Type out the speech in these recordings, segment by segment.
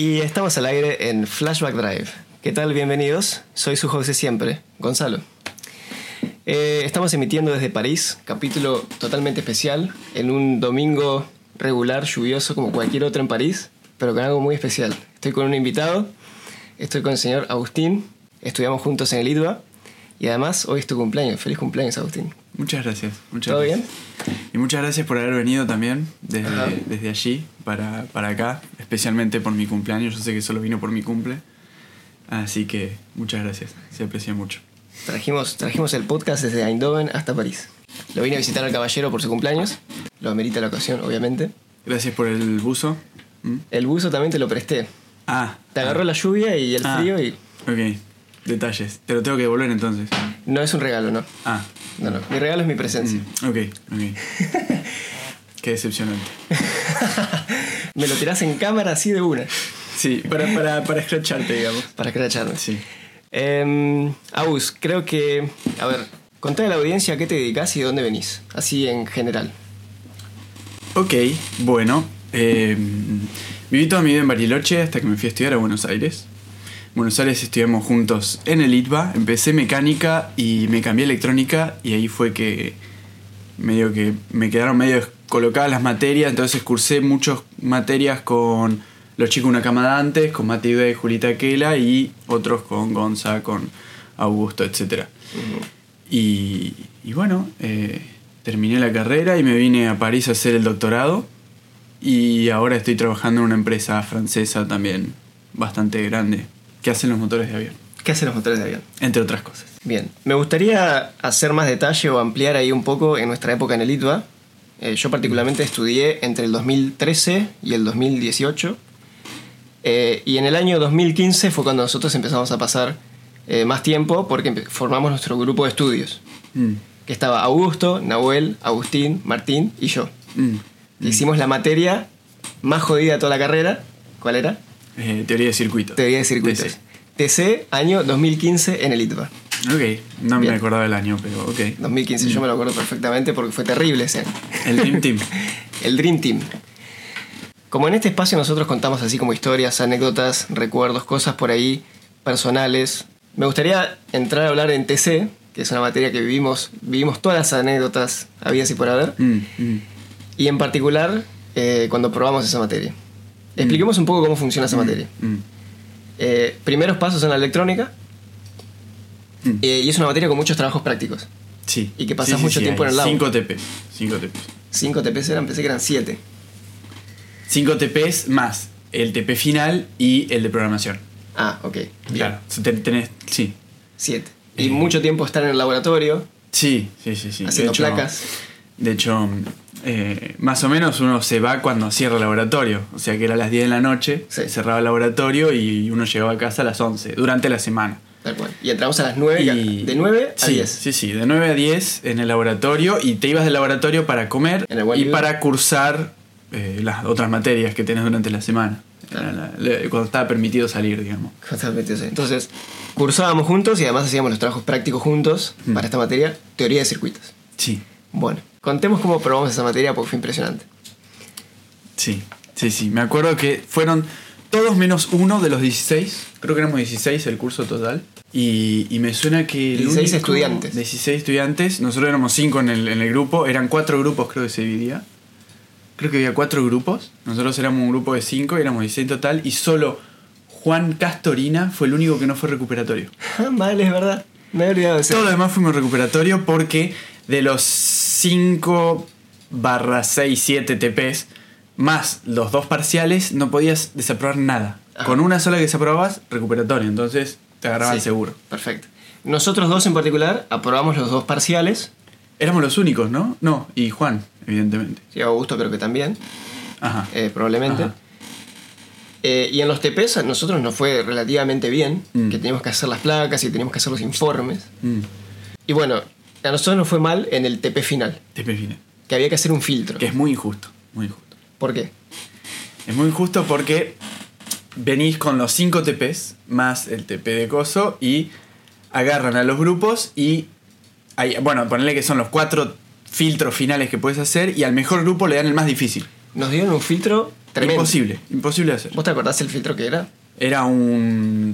Y estamos al aire en Flashback Drive. ¿Qué tal? Bienvenidos. Soy su host de siempre, Gonzalo. Estamos emitiendo desde París, capítulo totalmente especial, en un domingo regular, lluvioso como cualquier otro en París, pero con algo muy especial. Estoy con un invitado, estoy con el señor Agustín, estudiamos juntos en el IDVA y además hoy es tu cumpleaños. Feliz cumpleaños, Agustín. Muchas gracias. ¿Todo bien? Y muchas gracias por haber venido también desde allí para acá, especialmente por mi cumpleaños. Yo sé que solo vino por mi cumple, así que muchas gracias, se aprecia mucho. Trajimos el podcast desde Eindhoven hasta París. Lo vine a visitar al caballero por su cumpleaños, lo amerita la ocasión, obviamente. Gracias por el buzo. El buzo también te lo presté. Te agarró la lluvia y el frío y... Ok, detalles. Te lo tengo que devolver entonces. No es un regalo, ¿no? No. Mi regalo es mi presencia. Ok. Qué decepcionante. Me lo tirás en cámara así de una. Sí, para escracharte, digamos. Para escracharme. Sí. Agus, creo que... A ver, contá a la audiencia a qué te dedicas y de dónde venís. Así en general. Ok, bueno. Viví toda mi vida en Bariloche hasta que me fui a estudiar a Buenos Aires. En Buenos Aires estudiamos juntos en el ITBA. Empecé mecánica y me cambié a electrónica. Y ahí fue que medio que me quedaron medio descolocadas las materias. Entonces cursé muchas materias con los chicos una camada antes, con Mati B, Julita Kela, y otros con Gonza, con Augusto, etc. Y bueno, terminé la carrera y me vine a París a hacer el doctorado. Y ahora estoy trabajando en una empresa francesa también bastante grande, que hacen los motores de avión. ¿Qué hacen los motores de avión? Entre otras cosas. Bien, me gustaría hacer más detalle o ampliar ahí un poco en nuestra época en el ITBA. Yo particularmente estudié entre el 2013 y el 2018. Y en el año 2015 fue cuando nosotros empezamos a pasar más tiempo porque formamos nuestro grupo de estudios. Que estaba Augusto, Nahuel, Agustín, Martín y yo. Hicimos la materia más jodida de toda la carrera. ¿Cuál era? Teoría de circuitos. Teoría de circuitos. TC, año 2015 en el ITBA. Ok, no Bien. me acordaba del año, pero ok. 2015, yo me lo acuerdo perfectamente porque fue terrible ese año. El Dream Team. El Dream Team. Como en este espacio nosotros contamos así como historias, anécdotas, recuerdos, cosas por ahí personales, me gustaría entrar a hablar en TC, que es una materia que vivimos todas las anécdotas habidas y por haber, y en particular cuando probamos esa materia. Expliquemos un poco cómo funciona esa materia. Primeros pasos en la electrónica, y es una materia con muchos trabajos prácticos. Sí. Y que pasás mucho tiempo en el lab. 5 TPs. 5 TPs eran, pensé que eran 7. 5 TPs más el TP final y el de programación. Ok. Bien. Claro, sí. 7. Y mucho tiempo estar en el laboratorio. Sí. Haciendo placas. De hecho, más o menos uno se va cuando cierra el laboratorio. O sea que era a las 10 de la noche, sí. Cerraba el laboratorio y uno llegaba a casa a las 11, durante la semana. Tal cual. Y entramos a las 9, de 9 a 10. Sí, de 9 a 10 en el laboratorio, y te ibas del laboratorio para comer y para cursar las otras materias que tenés durante la semana. Cuando estaba permitido salir, digamos. Entonces, cursábamos juntos y además hacíamos los trabajos prácticos juntos para esta materia, teoría de circuitos. Sí. Bueno, contemos cómo probamos esa materia porque fue impresionante. Sí. Me acuerdo que fueron todos menos uno de los 16. Creo que éramos 16 el curso total. Y me suena que... 16 estudiantes. 16 estudiantes. Nosotros éramos 5 en el grupo. Eran 4 grupos, creo que se dividía. Creo que había 4 grupos. Nosotros éramos un grupo de 5 y éramos 16 en total. Y solo Juan Castorina fue el único que no fue recuperatorio. Vale, es verdad. Me he olvidado de eso. Todos los demás fuimos recuperatorio porque de los 5/6-7 TPs más los 2 parciales no podías desaprobar nada. Con una sola que desaprobabas, recuperatorio. Entonces te agarraban seguro. Perfecto. Nosotros dos en particular aprobamos los 2 parciales. Éramos los únicos, ¿no? No, y Juan, evidentemente. Sí, Augusto creo que también. Ajá. Probablemente. Ajá. Y en los TPs a nosotros nos fue relativamente bien, que teníamos que hacer las placas y teníamos que hacer los informes. Y bueno, a nosotros nos fue mal en el TP final. TP final. Que había que hacer un filtro. Que es muy injusto, muy injusto. ¿Por qué? Es muy injusto porque venís con los 5 TPs más el TP de coso y agarran a los grupos y bueno, ponele que son los 4 filtros finales que puedes hacer y al mejor grupo le dan el más difícil. Nos dieron un filtro tremendo. Imposible de hacer. ¿Vos te acordás el filtro que era? Era un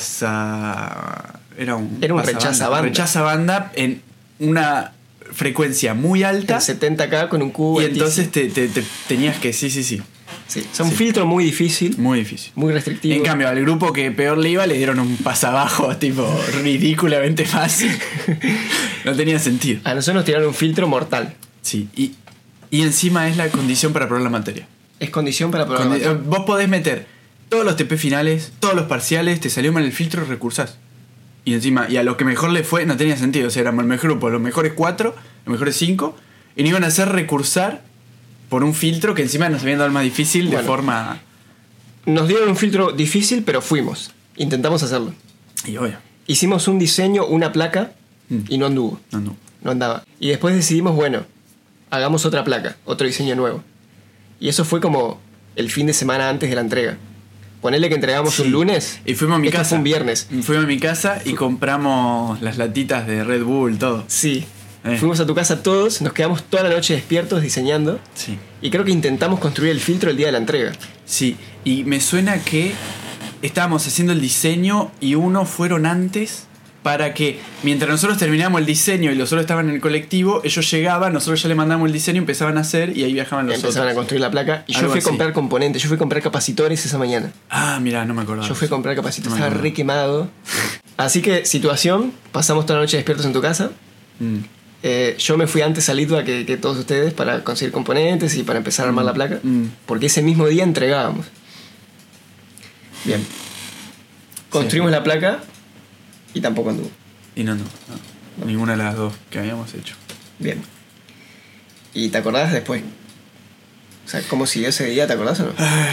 rechazabanda en una frecuencia muy alta. En 70K con un cubo. Y entonces te tenías que... Sí. Sí, o sea, un filtro muy difícil. Muy difícil. Muy restrictivo. En cambio, al grupo que peor le iba le dieron un pasabajo tipo ridículamente fácil. No tenía sentido. A nosotros nos tiraron un filtro mortal. Sí, y encima es la condición para probar la materia. Es condición para probar la materia. Vos podés meter todos los TP finales, todos los parciales, te salió mal el filtro, recursás. Y encima, y a lo que mejor le fue, no tenía sentido. O sea, éramos el mejor grupo, los mejores 4, los mejores 5, y no iban a hacer recursar por un filtro que encima nos habían dado el más difícil de forma... Nos dieron un filtro difícil, pero fuimos. Intentamos hacerlo. Y obvio. Hicimos un diseño, una placa, y no anduvo. No andaba. Y después decidimos, bueno, hagamos otra placa, otro diseño nuevo. Y eso fue como el fin de semana antes de la entrega. Ponele que entregamos un lunes. Y fuimos a mi casa. Fue un viernes. Fuimos a mi casa y compramos las latitas de Red Bull, todo. Sí. Fuimos a tu casa todos, nos quedamos toda la noche despiertos diseñando. Sí. Y creo que intentamos construir el filtro el día de la entrega. Sí, y me suena que estábamos haciendo el diseño y uno fueron antes para que mientras nosotros terminábamos el diseño y los otros estaban en el colectivo, ellos llegaban, nosotros ya le mandamos el diseño, empezaban a hacer y ahí viajaban los otros. Empezaban a construir la placa y yo fui a comprar componentes, yo fui a comprar capacitores esa mañana. Ah, mira, no me acordaba. Yo fui a comprar capacitores, estaba re quemado. Así que, situación, pasamos toda la noche despiertos en tu casa. Yo me fui antes al ITBA que todos ustedes para conseguir componentes y para empezar a armar la placa. Porque ese mismo día entregábamos. Bien. Construimos la placa y tampoco anduvo. Y no. Ninguna de las dos que habíamos hecho. Bien. ¿Y te acordás después? O sea, ¿cómo siguió ese día? ¿Te acordás o no?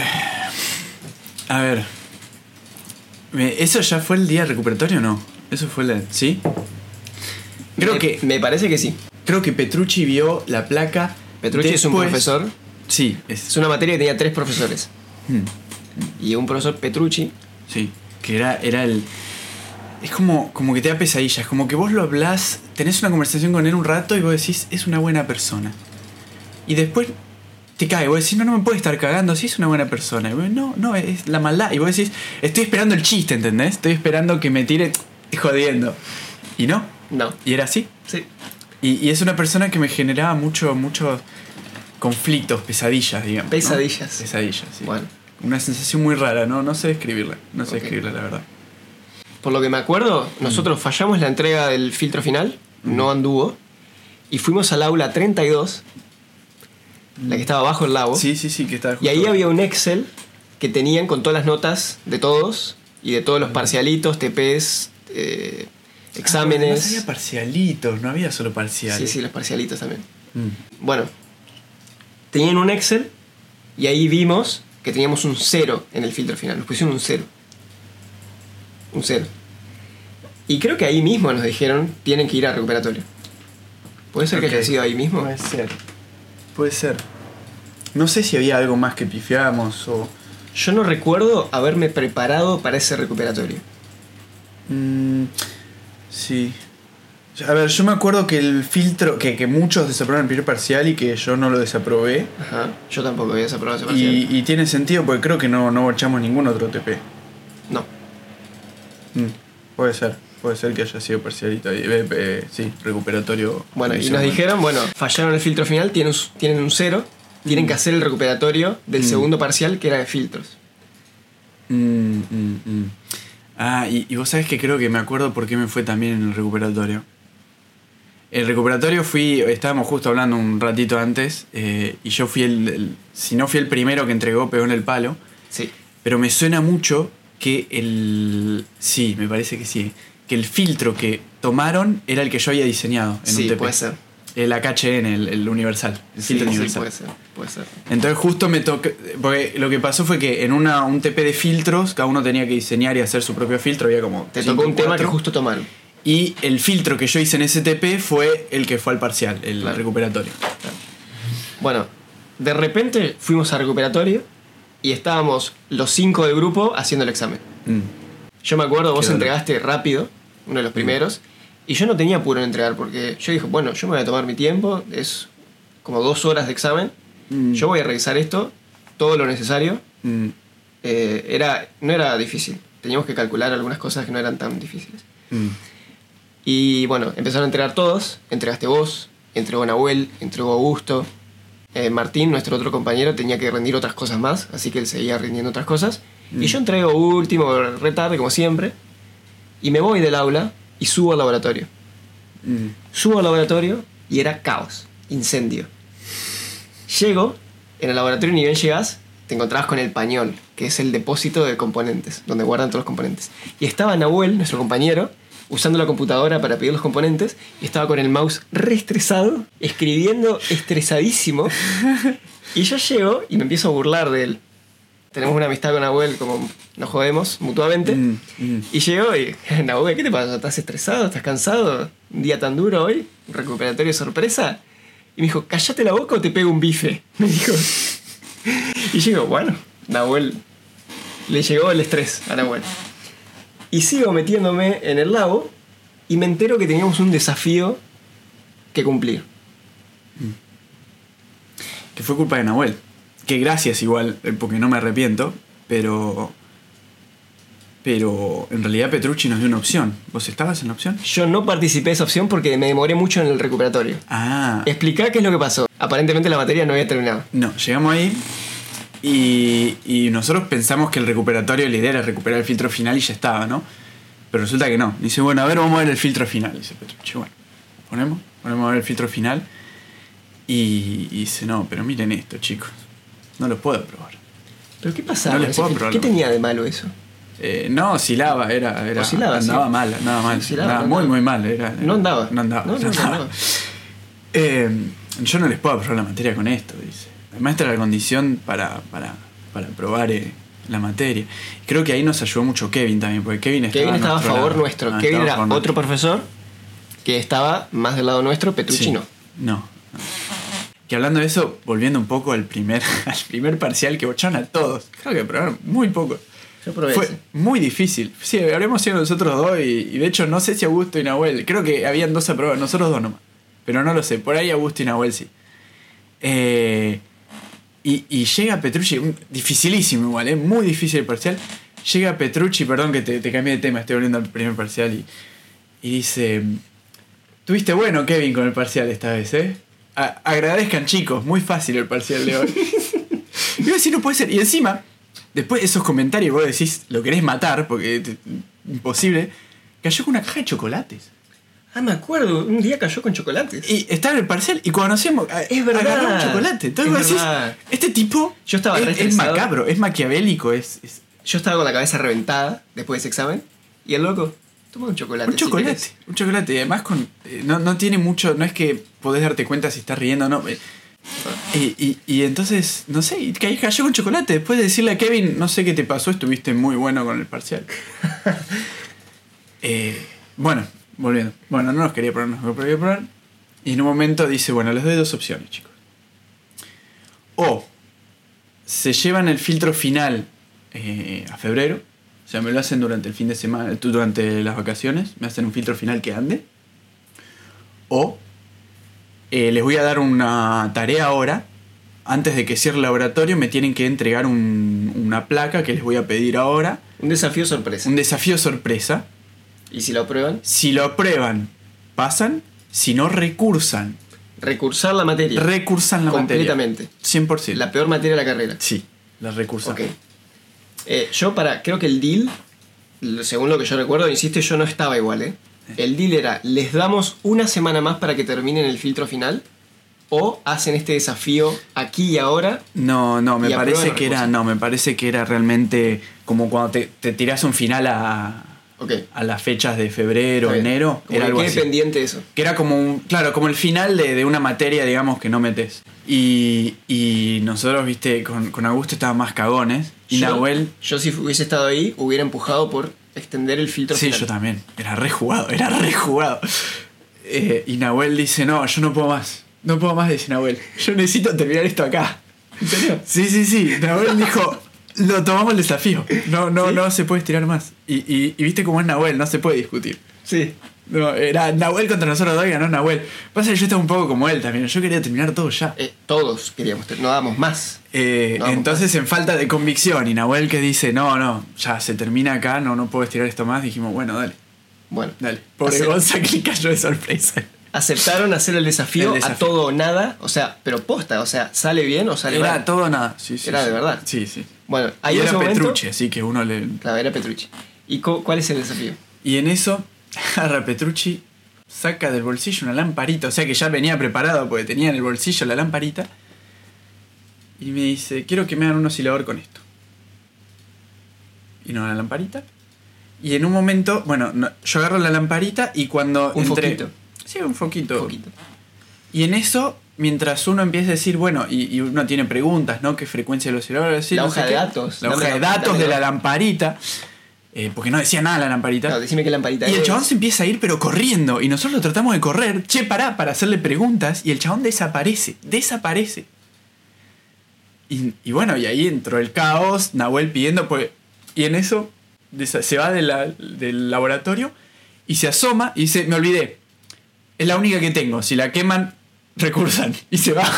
A ver. ¿Eso ya fue el día recuperatorio o no? Eso fue el... ¿Sí? Me parece que sí. Creo que Petrucci vio la placa. Petrucci es un profesor. Sí. Es una materia que tenía 3 profesores. Y un profesor Petrucci. Sí. Que era el... Es como que te da pesadillas. Como que vos lo hablás, tenés una conversación con él un rato y vos decís, es una buena persona. Y después te cae. Vos decís, no me puede estar cagando. Sí, es una buena persona. Y vos, no, es la maldad. Y vos decís, estoy esperando el chiste, ¿entendés? Estoy esperando que me tire jodiendo. Y no. ¿Y era así? Sí. Y es una persona que me generaba muchos conflictos, pesadillas, digamos. Pesadillas. ¿No? Pesadillas, sí. Bueno. Una sensación muy rara, no sé describirla. No sé describirla, la verdad. Por lo que me acuerdo, nosotros fallamos la entrega del filtro final, no anduvo, y fuimos al aula 32, la que estaba bajo el lago. Sí, que estaba justo. Y ahí había un Excel que tenían con todas las notas de todos, y de todos los parcialitos, TPs, exámenes. No había parcialitos, no había solo parciales. Sí, los parcialitos también. Bueno, tenían un Excel, y ahí vimos que teníamos un 0 en el filtro final, nos pusieron un 0. Un 0. Y creo que ahí mismo nos dijeron, tienen que ir a recuperatorio. ¿Puede ser que haya sido ahí mismo? Puede ser. No sé si había algo más que pifiábamos o... Yo no recuerdo haberme preparado para ese recuperatorio. Sí. A ver, yo me acuerdo que el filtro... Que muchos desaprobaron el primer parcial y que yo no lo desaprobé. Ajá. Yo tampoco había desaprobado ese parcial. Y tiene sentido porque creo que no echamos ningún otro TP. No. Puede ser que haya sido parcialito. Sí, recuperatorio. Bueno, y nos dijeron, fallaron el filtro final, tienen un 0, tienen que hacer el recuperatorio del segundo parcial que era de filtros. Ah, y vos sabés que creo que me acuerdo por qué me fue también en el recuperatorio. El recuperatorio estábamos justo hablando un ratito antes, y yo fui si no fui el primero que entregó, pegó en el palo. Sí. Pero me suena mucho que sí, me parece que sí. Que el filtro que tomaron era el que yo había diseñado en un TP. Sí, puede ser. El HN, el universal. El filtro universal. Sí, puede ser. Entonces justo me tocó... Porque lo que pasó fue que en un TP de filtros, cada uno tenía que diseñar y hacer su propio filtro. Había como... Te tocó un tema que justo tomaron. Y el filtro que yo hice en ese TP fue el que fue al parcial, el recuperatorio. Claro. Bueno, de repente fuimos al recuperatorio y estábamos los 5 del grupo haciendo el examen. Yo me acuerdo, vos entregaste rápido, uno de los primeros, y yo no tenía apuro en entregar porque yo dije, bueno, yo me voy a tomar mi tiempo, es como 2 horas de examen, yo voy a revisar esto, todo lo necesario. Mm. No era difícil. Teníamos que calcular algunas cosas que no eran tan difíciles. Mm. Y bueno, empezaron a entregar todos. Entregaste vos, entregó Nahuel, entregó Augusto. Martín, nuestro otro compañero, tenía que rendir otras cosas más, así que él seguía rindiendo otras cosas. Y yo entrego último, re tarde, como siempre. Y me voy del aula y subo al laboratorio. Subo al laboratorio y era caos, incendio. Llego, en el laboratorio ni bien llegás, te encontrabas con el pañol, que es el depósito de componentes, donde guardan todos los componentes. Y estaba Nahuel, nuestro compañero, usando la computadora para pedir los componentes, y estaba con el mouse re estresado, escribiendo estresadísimo. Y yo llego y me empiezo a burlar de él. Tenemos una amistad con Nahuel, como nos jodemos mutuamente. Y llego y, Nahuel, ¿qué te pasa? ¿Estás estresado? ¿Estás cansado? ¿Un día tan duro hoy? ¿Un recuperatorio sorpresa? Y me dijo, cállate la boca o te pego un bife. Me dijo. Y yo digo, bueno, Nahuel, le llegó el estrés a Nahuel. Y sigo metiéndome en el lago y me entero que teníamos un desafío que cumplir. Que fue culpa de Nahuel. Que gracias igual, porque no me arrepiento, pero en realidad Petrucci nos dio una opción. ¿Vos estabas en la opción? Yo no participé de esa opción porque me demoré mucho en el recuperatorio. Ah. Explicar qué es lo que pasó. Aparentemente la materia no había terminado. No, llegamos ahí y nosotros pensamos que el recuperatorio, la idea era recuperar el filtro final y ya estaba, ¿no? Pero resulta que no. Dice, bueno, a ver, vamos a ver el filtro final. Dice Petrucci, bueno, ponemos a ver el filtro final. Y dice, no, pero miren esto, chicos. No lo puedo probar. ¿Pero qué pasaba? No les puedo probar. ¿Qué tenía de malo eso? No, oscilaba, era Oscilaba, andaba sí. mal, Oscilaba, andaba muy, muy mal. No andaba. No andaba. Yo no les puedo aprobar la materia con esto, dice. La maestra era la condición para aprobar la materia. Creo que ahí nos ayudó mucho Kevin también, porque Kevin estaba a favor nuestro. Kevin era otro profesor que estaba más del lado nuestro, Petrucci sí. no. No. Que hablando de eso, volviendo un poco al primer parcial que bocharon a todos. Creo que aprobaron muy poco. Yo probé Fue ese. muy difícil. Sí, habremos sido nosotros dos y de hecho no sé si Augusto y Nahuel. Creo que habían dos aprobados, nosotros dos nomás. Pero no lo sé, por ahí Augusto y Nahuel sí. Y llega Petrucci, dificilísimo igual, muy difícil el parcial. Llega Petrucci, perdón que te cambié de tema, estoy volviendo al primer parcial y dice, tuviste bueno Kevin con el parcial esta vez, agradezcan chicos, muy fácil el parcial de hoy. Y yo decía, no puede ser. Y encima, después de esos comentarios vos decís, lo querés matar, porque imposible, cayó con una caja de chocolates. Ah, me acuerdo, un día cayó con chocolates. Y estaba en el parcial y cuando hacíamos, es verdad, agarró un chocolate. Entonces vos decís, este tipo yo estaba es macabro, es maquiavélico, Yo estaba con la cabeza reventada después de ese examen y el loco toma un chocolate. Un chocolate. Y además no tiene mucho, no es que podés darte cuenta si estás riendo o no. Y entonces, no sé, cayó con chocolate. Después de decirle a Kevin, no sé qué te pasó, estuviste muy bueno con el parcial. Bueno, volviendo. Bueno, no nos quería probar. Y en un momento dice, bueno, les doy dos opciones, chicos. O se llevan el filtro final a febrero. O sea, me lo hacen durante el fin de semana, durante las vacaciones. Me hacen un filtro final que ande. O les voy a dar una tarea ahora. Antes de que cierre el laboratorio me tienen que entregar una placa que les voy a pedir ahora. Un desafío sorpresa. Un desafío sorpresa. ¿Y si lo aprueban? Si lo aprueban, pasan. Si no, recursan. Recursar la materia. Recursan la completamente. Materia. 100%. La peor materia de la carrera. Sí, la recursan. Ok. Creo que el deal, según lo que yo recuerdo, insiste, yo no estaba igual, El deal era, les damos una semana más para que terminen el filtro final, o hacen este desafío aquí y ahora. No, me parece que era realmente como cuando te tirás un final a las fechas de febrero, enero. Como era algo así. Pendiente eso. Que era como como el final de una materia, digamos, que no metes. Y nosotros, viste, con Augusto estaban más cagones. Y Nahuel. Yo si hubiese estado ahí, hubiera empujado por extender el filtro final. Sí, yo también. Era re jugado. Y Nahuel dice, no, yo no puedo más. No puedo más, dice Nahuel. Yo necesito terminar esto acá. ¿En serio? Sí. Nahuel dijo, lo tomamos el desafío. No se puede estirar más. Y viste cómo es Nahuel, no se puede discutir. Sí. No, era Nahuel contra nosotros dos y ganó Nahuel. Pasa que yo estaba un poco como él también. Yo quería terminar todo ya. Todos queríamos, no damos más. Entonces, en falta de convicción, y Nahuel que dice, no, ya se termina acá, no puedo estirar esto más, dijimos, bueno, dale. Bueno, dale. Pobre Gonza que le cayó de sorpresa. Aceptaron hacer el desafío a todo o nada, o sea, pero posta, o sea, ¿sale bien o sale mal? Era todo o nada, sí. Era de verdad. Sí. Bueno, ahí y era Petrucci, así que uno le... Claro, era Petrucci. ¿Y cuál es el desafío? Y en eso, agarra Petrucci, saca del bolsillo una lamparita, o sea que ya venía preparado porque tenía en el bolsillo la lamparita, y me dice, quiero que me hagan un oscilador con esto. Y no la lamparita. Y en un momento, bueno, yo agarro la lamparita y cuando foquito. Sí, un foquito. Y en eso, mientras uno empieza a decir, bueno, y uno tiene preguntas, ¿no? ¿Qué frecuencia del oscilador? Decir, la no hoja sé de datos. La hoja de datos de la lamparita. Porque no decía nada la lamparita. No, decime qué lamparita es. Y el es. chabón se empieza a ir, pero corriendo. Y nosotros lo tratamos de correr. Che, pará, para hacerle preguntas. Y el chabón desaparece. Y bueno, y ahí entró el caos. Nahuel pidiendo, pues. Y en eso se va del laboratorio y se asoma y dice, me olvidé. Es la única que tengo. Si la queman, recursan. Y se va.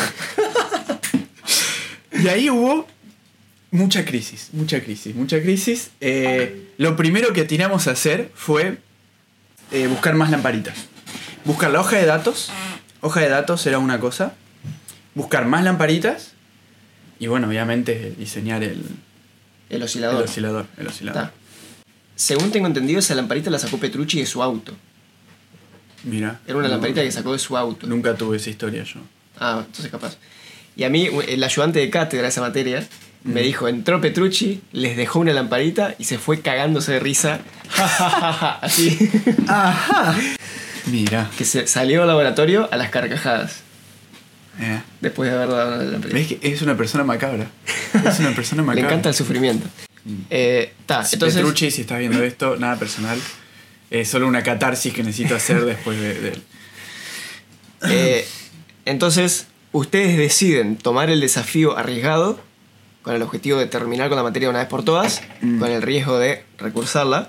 Y ahí hubo mucha crisis. Lo primero que atinamos a hacer fue buscar más lamparitas. Buscar la hoja de datos. Hoja de datos era una cosa. Buscar más lamparitas. Y bueno, obviamente diseñar el oscilador. El oscilador. Ta. Según tengo entendido, esa lamparita la sacó Petrucci de su auto. Mira. Era una lamparita que sacó de su auto. Nunca tuve esa historia yo. Ah, entonces capaz. Y a mí, el ayudante de cátedra de esa materia me dijo, entró Petrucci, les dejó una lamparita y se fue cagándose de risa. Así. Ajá. Mira. Que se salió al laboratorio a las carcajadas. Después de haber dado la lamparita. ¿Ves que es una persona macabra? Le encanta el sufrimiento. Entonces, Petrucci, si estás viendo esto, nada personal. Es solo una catarsis que necesito hacer después de él. Entonces, ustedes deciden tomar el desafío arriesgado con el objetivo de terminar con la materia una vez por todas, con el riesgo de recursarla.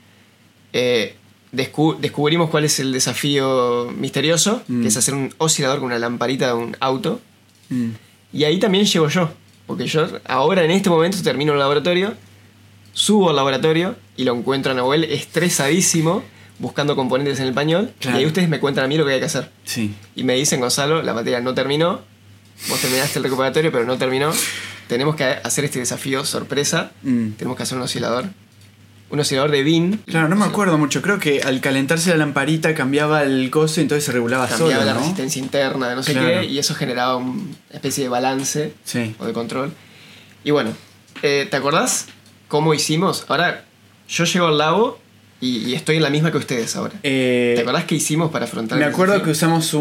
Descubrimos cuál es el desafío misterioso, que es hacer un oscilador con una lamparita de un auto. Y ahí también llego yo, porque yo ahora en este momento termino el laboratorio, subo al laboratorio y lo encuentro a Nahuel estresadísimo buscando componentes en el pañol. Claro. Y ahí ustedes me cuentan a mí lo que hay que hacer. Sí. Y me dicen, Gonzalo, la materia no terminó, vos terminaste el recuperatorio pero no terminó, tenemos que hacer este desafío sorpresa, tenemos que hacer un oscilador de Bin. Claro, no me acuerdo mucho, creo que al calentarse la lamparita cambiaba el coso y entonces se regulaba solo, cambiaba la ¿no? resistencia interna de no sé qué, y eso generaba una especie de balance o de control. Y bueno, ¿te acordás cómo hicimos? Ahora, yo llego al lago y estoy en la misma que ustedes ahora. ¿Te acordás qué hicimos para afrontar Me acuerdo que usamos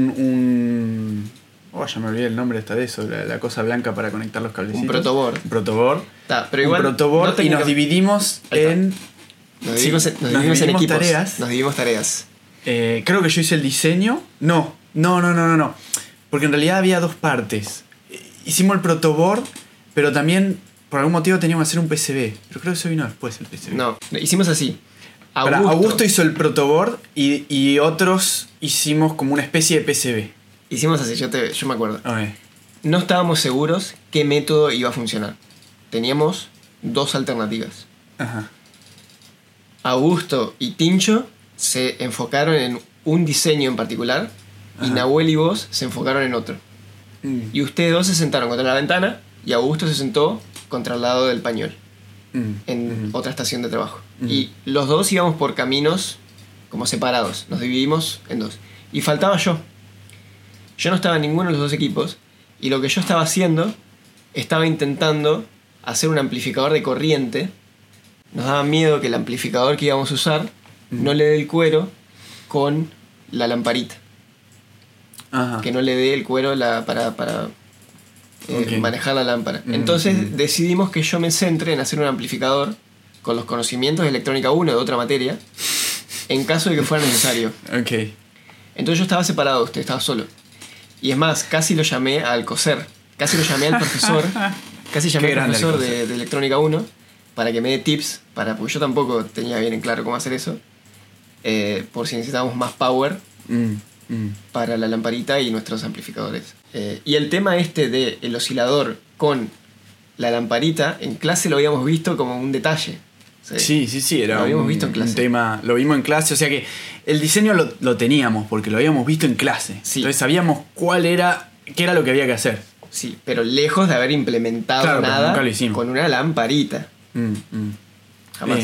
un... Oh, ya me olvidé el nombre de eso, la cosa blanca para conectar los cablecitos. Un protoboard. Pero igual, un protoboard y nos dividimos en... Nos dividimos en equipos. Tareas. Nos dividimos tareas. Creo que yo hice el diseño. No. Porque en realidad había dos partes. Hicimos el protoboard, pero también por algún motivo teníamos que hacer un PCB. Pero creo que eso vino después el PCB. No, hicimos así. Augusto hizo el protoboard y otros hicimos como una especie de PCB. Hicimos así, yo me acuerdo. Okay. No estábamos seguros qué método iba a funcionar. Teníamos dos alternativas. Ajá. Augusto y Tincho se enfocaron en un diseño en particular. Ajá. Y Nahuel y vos se enfocaron en otro. Y ustedes dos se sentaron contra la ventana y Augusto se sentó contra el lado del pañol. En otra estación de trabajo. Y los dos íbamos por caminos como separados. Nos dividimos en dos. Y faltaba yo. Yo no estaba en ninguno de los dos equipos. Y lo que yo estaba haciendo, estaba intentando hacer un amplificador de corriente. Nos daba miedo que el amplificador que íbamos a usar no le dé el cuero con la lamparita. Ajá. Que no le dé el cuero para manejar la lámpara. Entonces decidimos que yo me centre en hacer un amplificador con los conocimientos de electrónica 1 de otra materia, en caso de que fuera necesario. Okay. Entonces yo estaba separado de usted, estaba solo. Y es más, casi lo llamé al Alcocer, casi lo llamé al profesor, de electrónica 1 para que me dé tips, porque yo tampoco tenía bien en claro cómo hacer eso. por si necesitábamos más power Mm, mm. para la lamparita y nuestros amplificadores. Y el tema este del oscilador con la lamparita, en clase lo habíamos visto como un detalle. Sí, era Lo habíamos visto en clase. un tema, lo vimos en clase, o sea que el diseño lo teníamos porque lo habíamos visto en clase. Sí. Entonces sabíamos qué era lo que había que hacer. Sí, pero lejos de haber implementado Claro, pero nada nunca lo hicimos. con una lamparita. Jamás.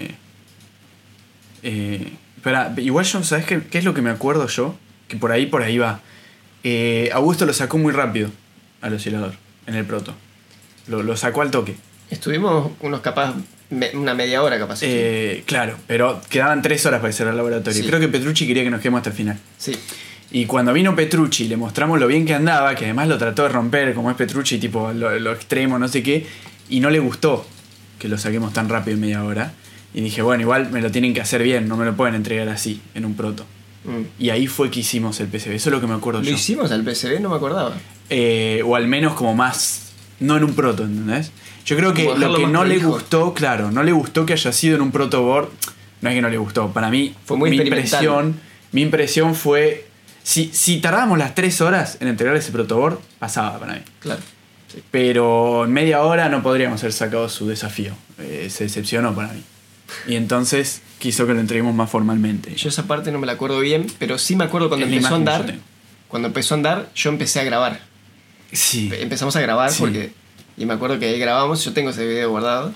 Espera, igual yo, ¿sabes qué es lo que me acuerdo yo? Que por ahí va. Augusto lo sacó muy rápido al oscilador en el proto. Lo sacó al toque. Estuvimos una media hora capaz. Claro, pero quedaban 3 horas para hacer el laboratorio. Sí. Creo que Petrucci quería que nos quedemos hasta el final. Sí. Y cuando vino Petrucci le mostramos lo bien que andaba, que además lo trató de romper, como es Petrucci, tipo lo extremo, no sé qué, y no le gustó que lo saquemos tan rápido en media hora. Y dije, bueno, igual me lo tienen que hacer bien, no me lo pueden entregar así, en un proto. Y ahí fue que hicimos el PCB, eso es lo que me acuerdo yo. ¿Lo hicimos al PCB? No me acordaba. O al menos como más, no en un proto, ¿entendés? Yo creo que Como lo dejarlo que más no le prolijo. gustó, claro, no le gustó que haya sido en un protoboard. No es que no le gustó, para mí Fue muy experimental. mi impresión fue, si tardábamos las 3 horas en entregar ese protoboard, pasaba para mí. Claro. Sí. Pero en media hora no podríamos haber sacado su desafío. Se decepcionó para mí. Y entonces quiso que lo entreguemos más formalmente. Yo esa parte no me la acuerdo bien, pero sí me acuerdo cuando Es la empezó a imagen que yo andar. tengo. Cuando empezó a andar, yo empecé a grabar. Sí. Empezamos a grabar Sí. porque... Y me acuerdo que ahí grabamos, yo tengo ese video guardado.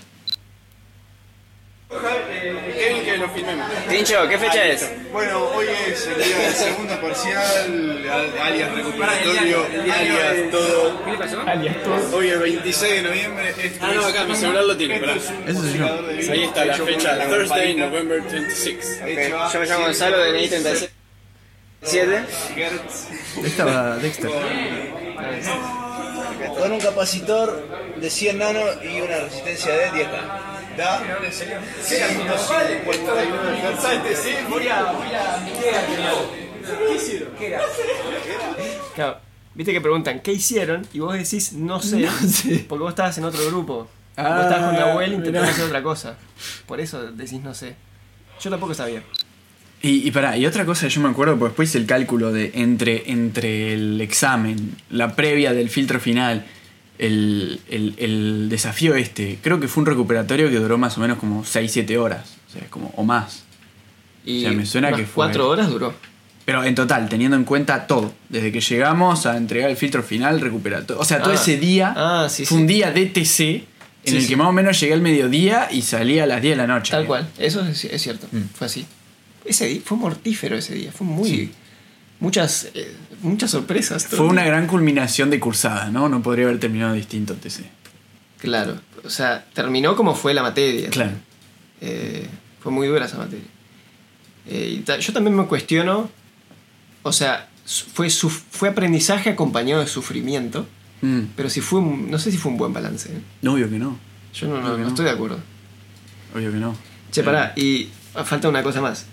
Kevin, que lo filmemos. Tincho, ¿qué fecha es? Bueno, hoy es el día del segundo parcial, alias recuperatorio, alias todo. ¿Qué le pasó? Alias todo. Hoy es 26 de noviembre. No, acá mi celular lo tiene, pará. Eso soy yo. Ahí está la fecha, Thursday, November 26. Yo me llamo Gonzalo, DNI 37. Ahí estaba Dexter. Con un capacitor de 100 nano y una resistencia de 10K. ¿Da? Claro, viste que preguntan, ¿qué hicieron? Y vos decís, no sé, porque vos estabas en otro grupo. Vos estabas con Nahuel intentando hacer otra cosa. Por eso decís, no sé. Yo tampoco sabía. Y pará, y otra cosa que yo me acuerdo, pues después hice el cálculo de entre el examen, la previa del filtro final, el desafío creo que fue un recuperatorio que duró más o menos como 6-7 horas, o sea, o más. Y O sea, me suena unas que fue- 4 horas duró. Pero en total, teniendo en cuenta todo, desde que llegamos a entregar el filtro final, recuperatorio, o sea, todo ese día sí, fue un día de TC en Sí, el sí. que más o menos llegué al mediodía y salí a las 10 de la noche. Tal cual, eso es cierto. Fue así. Ese día fue mortífero ese día. Fue muy... Sí. Muchas sorpresas. todo Fue el una día. gran culminación de cursada, ¿no? No podría haber terminado distinto TC. Claro. O sea, terminó como fue la materia. Claro. Fue muy dura esa materia. Yo también me cuestiono... O sea, fue aprendizaje acompañado de sufrimiento. Pero si no sé si fue un buen balance. ¿eh? No, obvio que no. Yo no Obvio que no. estoy de acuerdo. Obvio que no. Che, pará, y falta una cosa más.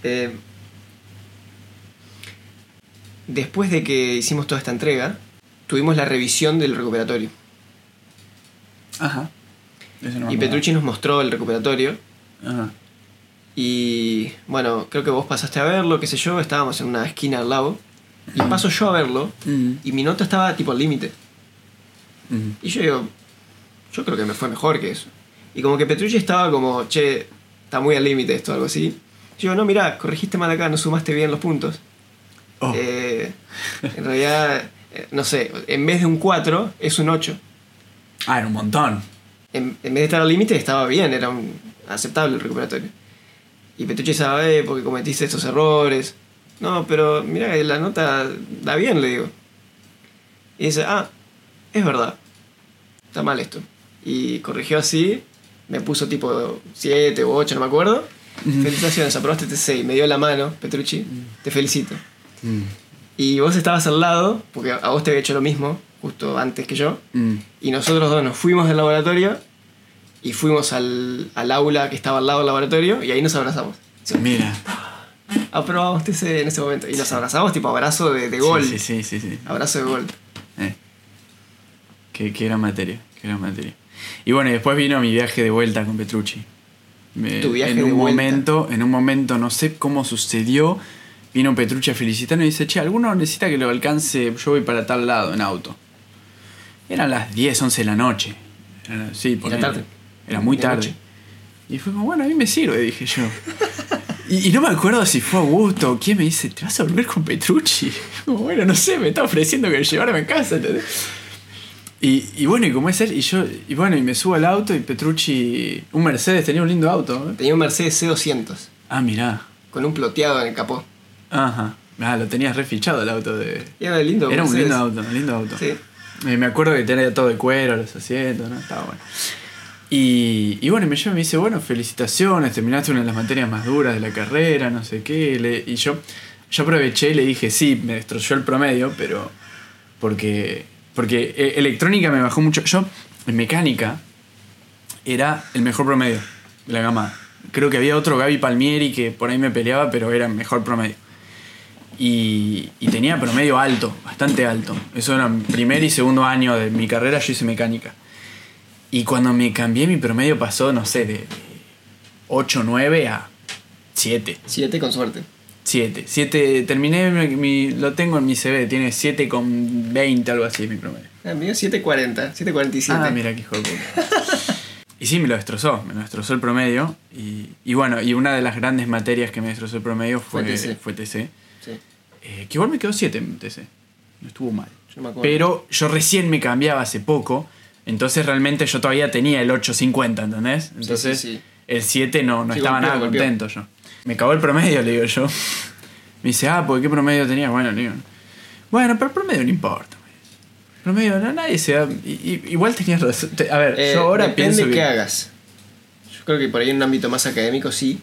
Después de que hicimos toda esta entrega, tuvimos la revisión del recuperatorio. Ajá. Eso no me Y acordaba. Petrucci nos mostró el recuperatorio. Ajá. Y bueno, creo que vos pasaste a verlo, qué sé yo, estábamos en una esquina al lado. Y paso yo a verlo, y mi nota estaba tipo al límite. Y yo digo, yo creo que me fue mejor que eso. Y como que Petrucci estaba como, che, está muy al límite esto, algo así. Yo digo, no, mirá, corregiste mal acá, no sumaste bien los puntos. Oh. En realidad, no sé, en vez de un 4, es un 8. Ah, era un montón. En vez de estar al límite, estaba bien, era aceptable el recuperatorio. Y Petrucci sabe, porque cometiste estos errores. No, pero mirá, la nota da bien, le digo. Y dice, es verdad, está mal esto. Y corrigió así, me puso tipo 7 u 8, no me acuerdo. Felicitaciones, aprobaste TC y me dio la mano, Petrucci, te felicito. Y vos estabas al lado, porque a vos te había hecho lo mismo, justo antes que yo. Y nosotros dos nos fuimos del laboratorio y fuimos al aula que estaba al lado del laboratorio y ahí nos abrazamos. Mira. Aprobamos TC en ese momento. Y nos abrazamos tipo abrazo de gol. Sí. Abrazo de gol. Qué gran materia, qué gran materia. Y bueno, y después vino mi viaje de vuelta con Petrucci. Tu viaje en de un vuelta. momento, no sé cómo sucedió, vino Petrucci a felicitarme y dice, che, ¿alguno necesita que lo alcance? Yo voy para tal lado en auto. Eran las 10, 11 de la noche. Sí, Era tarde. Era muy De tarde. noche. Y fue como, bueno, a mí me sirve, dije yo. Y no me acuerdo si fue Augusto o quién me dice, ¿te vas a volver con Petrucci? Como, bueno, no sé, me está ofreciendo que llevarme a casa, ¿entendés? Y bueno, y como es él, y me subo al auto y Petrucci, un Mercedes, tenía un lindo auto. Tenía un Mercedes C200 Ah, mirá. con un ploteado en el capó. Ajá. Ah, lo tenías refichado el auto de... Y era lindo. Era un Mercedes. lindo auto. Sí. Me acuerdo que tenía todo de cuero, los asientos, ¿no? Estaba bueno. Y bueno, me llama y me dice, bueno, felicitaciones, terminaste una de las materias más duras de la carrera, no sé qué. Y yo aproveché y le dije, sí, me destrozó el promedio, pero... Porque electrónica me bajó mucho. Yo, en mecánica, era el mejor promedio de la gama. Creo que había otro, Gaby Palmieri, que por ahí me peleaba, pero era mejor promedio. Y tenía promedio alto, bastante alto. Eso era primer y segundo año de mi carrera, yo hice mecánica. Y cuando me cambié, mi promedio pasó, no sé, de 8, 9 a 7. 7 con suerte. 7, terminé, lo tengo en mi CV, tiene 7,20, algo así, mi promedio. El mío 7.40, 7.47. Ah, mira qué hijo de puta. Y sí, me lo destrozó el promedio. Y bueno, y una de las grandes materias que me destrozó el promedio fue TC. Sí. Que igual me quedó 7 en TC. No estuvo mal. Yo me acuerdo. Pero yo recién me cambiaba hace poco. Entonces realmente yo todavía tenía el 8.50, ¿entendés? Entonces sí. el 7 no Sí, estaba nada golpeó. contento yo. Me cagó el promedio, le digo yo. Me dice, ¿por qué promedio tenía? Bueno, le digo, bueno, pero el promedio no importa. El promedio, nadie se da... Igual tenías razón. A ver, yo ahora depende pienso qué hagas. Yo creo que por ahí en un ámbito más académico sí.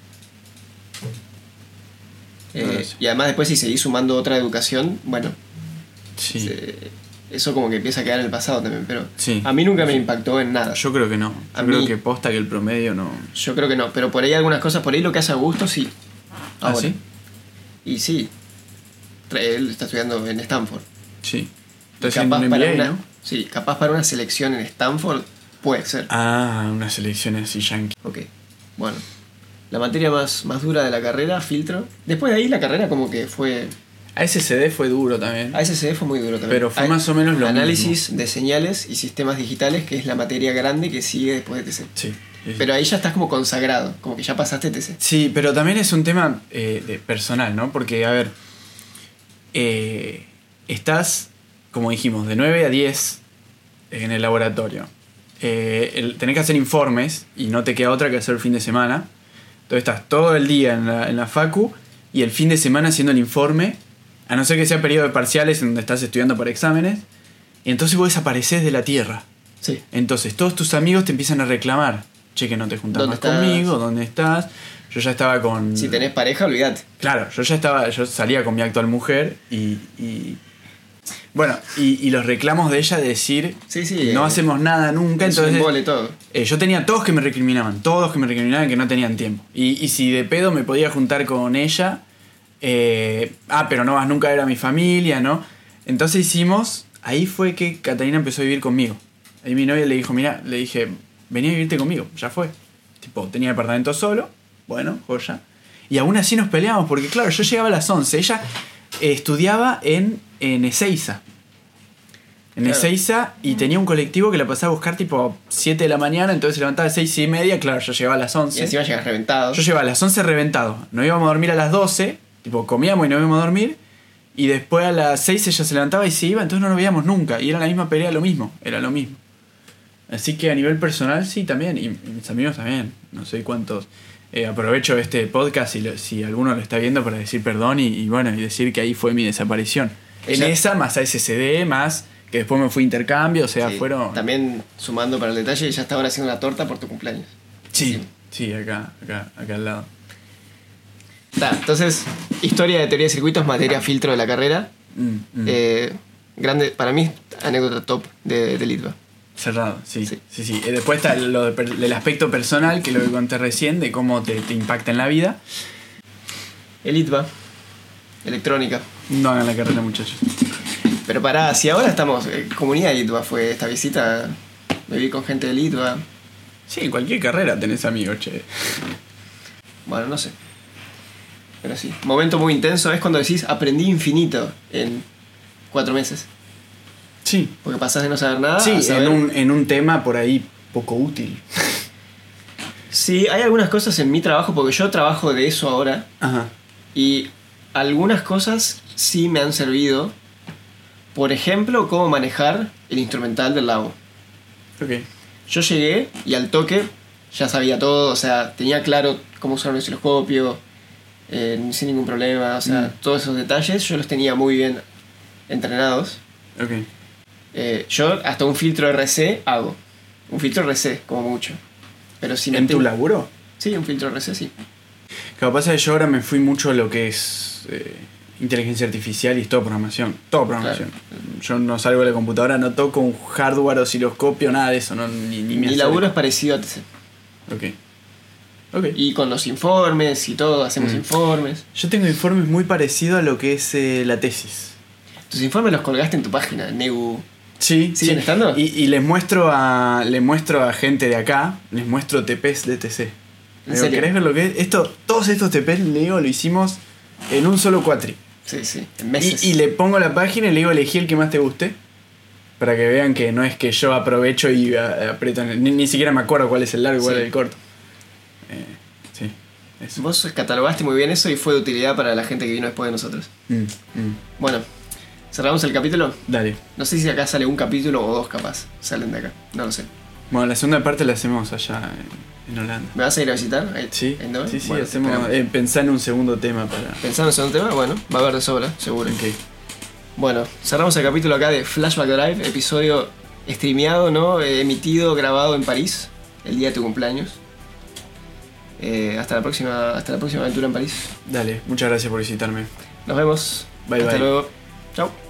No lo sé. Y además después si seguís sumando otra educación, bueno, Sí. eso como que empieza a quedar en el pasado también, pero Sí. a mí nunca me impactó en nada. Yo creo que no. A Yo creo mí- que posta que el promedio no... Yo creo que no, pero por ahí algunas cosas, por ahí lo que hace Augusto sí. ¿Ah, Ahora. sí? Y sí. Él está estudiando en Stanford. Sí. Está Capaz haciendo un para MBA, una, ¿no? sí, capaz para una selección en Stanford puede ser. Ah, una selección así yankee. Ok, bueno. La materia más dura de la carrera, filtro. Después de ahí la carrera como que fue... ASCD fue duro también. ASCD fue muy duro también. Pero fue más o menos lo Análisis de señales y sistemas digitales, que es la materia grande que sigue después de TC. Sí. Pero ahí ya estás como consagrado, como que ya pasaste TC. Sí, pero también es un tema personal, ¿no? Porque, a ver, estás, como dijimos, de 9 a 10 en el laboratorio. Tenés que hacer informes y no te queda otra que hacer el fin de semana. Entonces estás todo el día en la facu y el fin de semana haciendo el informe, a no ser que sea periodo de parciales en donde estás estudiando para exámenes. Y entonces vos desapareces de la tierra. Sí. Entonces todos tus amigos te empiezan a reclamar. Che, que no te juntás ¿Dónde más estás? conmigo, ¿dónde estás? Yo ya estaba con... Si tenés pareja, olvídate. Claro, yo salía con mi actual mujer y bueno, y los reclamos de ella de decir Sí, no hacemos nada nunca, Es un entonces embole todo. yo tenía todos que me recriminaban que no tenían tiempo. Y si de pedo me podía juntar con ella, pero no vas nunca a ver a mi familia, ¿no? Entonces ahí fue que Catalina empezó a vivir conmigo. Ahí mi novia le dijo, mira, le dije, vení a vivirte conmigo, ya fue. Tipo, tenía departamento solo, bueno, joya. Y aún así nos peleamos, porque claro, yo llegaba a las 11, ella estudiaba en Ezeiza. En Claro. Ezeiza, y tenía un colectivo que la pasaba a buscar tipo 7 de la mañana, entonces se levantaba a 6:30, claro, yo llegaba a las 11. Y encima llegas reventado. Yo llegaba a las 11 reventado. Nos íbamos a dormir a las 12, tipo comíamos y nos íbamos a dormir. Y después a las 6 ella se levantaba y se iba, entonces no nos veíamos nunca. Y era la misma pelea, era lo mismo. Así que a nivel personal sí también, y mis amigos también. No sé cuántos. Aprovecho este podcast si alguno lo está viendo para decir perdón y bueno, y decir que ahí fue mi desaparición. Ella- En esa, más ASCD, más que después me fui a intercambio, o sea, Sí, fueron... También sumando para el detalle, ya está ahora haciendo una torta por tu cumpleaños. Sí, acá al lado. Entonces, historia de teoría de circuitos, materia filtro de la carrera. Grande, para mí, anécdota top de Litva. Cerrado, sí. Sí. Sí. Después está lo del aspecto personal, que lo que conté recién, de cómo te impacta en la vida. El Litva, electrónica. No hagan la carrera, muchachos. Pero pará, si ahora estamos, comunidad de Litva fue esta visita, me vi con gente de Litva. Sí, en cualquier carrera tenés amigos, che. Bueno, no sé. Pero sí. Momento muy intenso es cuando decís aprendí infinito en 4 meses. Sí. Porque pasás de no saber nada Sí, a saber... en un tema por ahí poco útil. Sí, hay algunas cosas en mi trabajo, porque yo trabajo de eso ahora. Ajá. Y algunas cosas sí me han servido. Por ejemplo, cómo manejar el instrumental del lago. Ok. Yo llegué y al toque ya sabía todo, o sea, tenía claro cómo usar un osciloscopio, sin ningún problema, o sea, todos esos detalles yo los tenía muy bien entrenados. Ok. Yo hasta un filtro RC hago. Un filtro RC, como mucho. Pero si no ¿En tu tengo- laburo? Sí, un filtro RC, sí. Lo que pasa es que yo ahora me fui mucho a lo que es inteligencia artificial y es todo programación. Todo programación. Yo no salgo de la computadora, no toco un hardware, osciloscopio, nada de eso. No, ni me Mi acerco. laburo es parecido a TC. Ok. Ok. Y con los informes y todo, hacemos informes. Yo tengo informes muy parecidos a lo que es la tesis. Tus informes los colgaste en tu página, Negu. Sí, ¿Siguen estando? Y les muestro a gente de acá, les muestro TPs de TC. ¿En Digo, serio? ¿querés ver lo que es? Todos estos TPs, le digo, lo hicimos en un solo cuatri. Sí, sí, en meses. Y le pongo la página y le digo, elegí el que más te guste. Para que vean que no es que yo aprovecho y aprieto. Ni siquiera me acuerdo cuál es el largo y cuál Sí. es el corto. Sí, eso. Vos catalogaste muy bien eso y fue de utilidad para la gente que vino después de nosotros. Bueno, cerramos el capítulo. Dale. No sé si acá sale un capítulo o 2 capaz. Salen de acá, no lo sé. Bueno, la segunda parte la hacemos allá en Holanda. ¿Me vas a ir a visitar? Ahí, Sí, ¿En Dover? sí, sí, Bueno, hacemos. esperamos. Pensá en un segundo tema para. Pensando en segundo tema, bueno, va a haber de sobra, seguro. Ok. Bueno, cerramos el capítulo acá de Flashback Drive, episodio streameado, ¿no? Emitido, grabado en París, el día de tu cumpleaños. Hasta la próxima aventura en París. Dale, muchas gracias por visitarme. Nos vemos. Bye, Hasta bye. luego. Chao.